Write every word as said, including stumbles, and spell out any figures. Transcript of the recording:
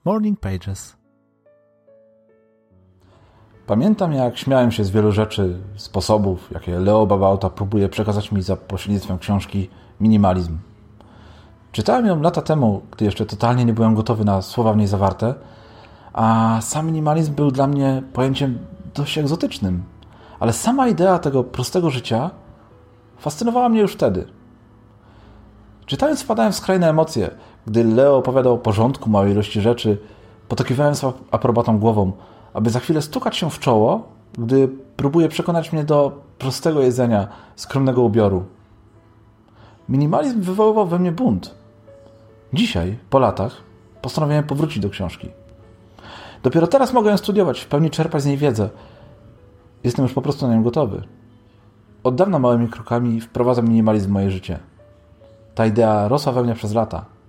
Morning Pages. Pamiętam, jak śmiałem się z wielu rzeczy, sposobów, jakie Leo Babauta próbuje przekazać mi za pośrednictwem książki Minimalizm. Czytałem ją lata temu, gdy jeszcze totalnie nie byłem gotowy na słowa w niej zawarte, a sam minimalizm był dla mnie pojęciem dość egzotycznym. Ale sama idea tego prostego życia fascynowała mnie już wtedy. Czytając, wpadałem w skrajne emocje. Gdy Leo opowiadał o porządku, małej ilości rzeczy, potakiwałem z aprobatą głową, aby za chwilę stukać się w czoło, gdy próbuje przekonać mnie do prostego jedzenia, skromnego ubioru. Minimalizm wywoływał we mnie bunt. Dzisiaj, po latach, postanowiłem powrócić do książki. Dopiero teraz mogę ją studiować, w pełni czerpać z niej wiedzę. Jestem już po prostu na nią gotowy. Od dawna małymi krokami wprowadzam minimalizm w moje życie. Ta idea rosła we mnie przez lata.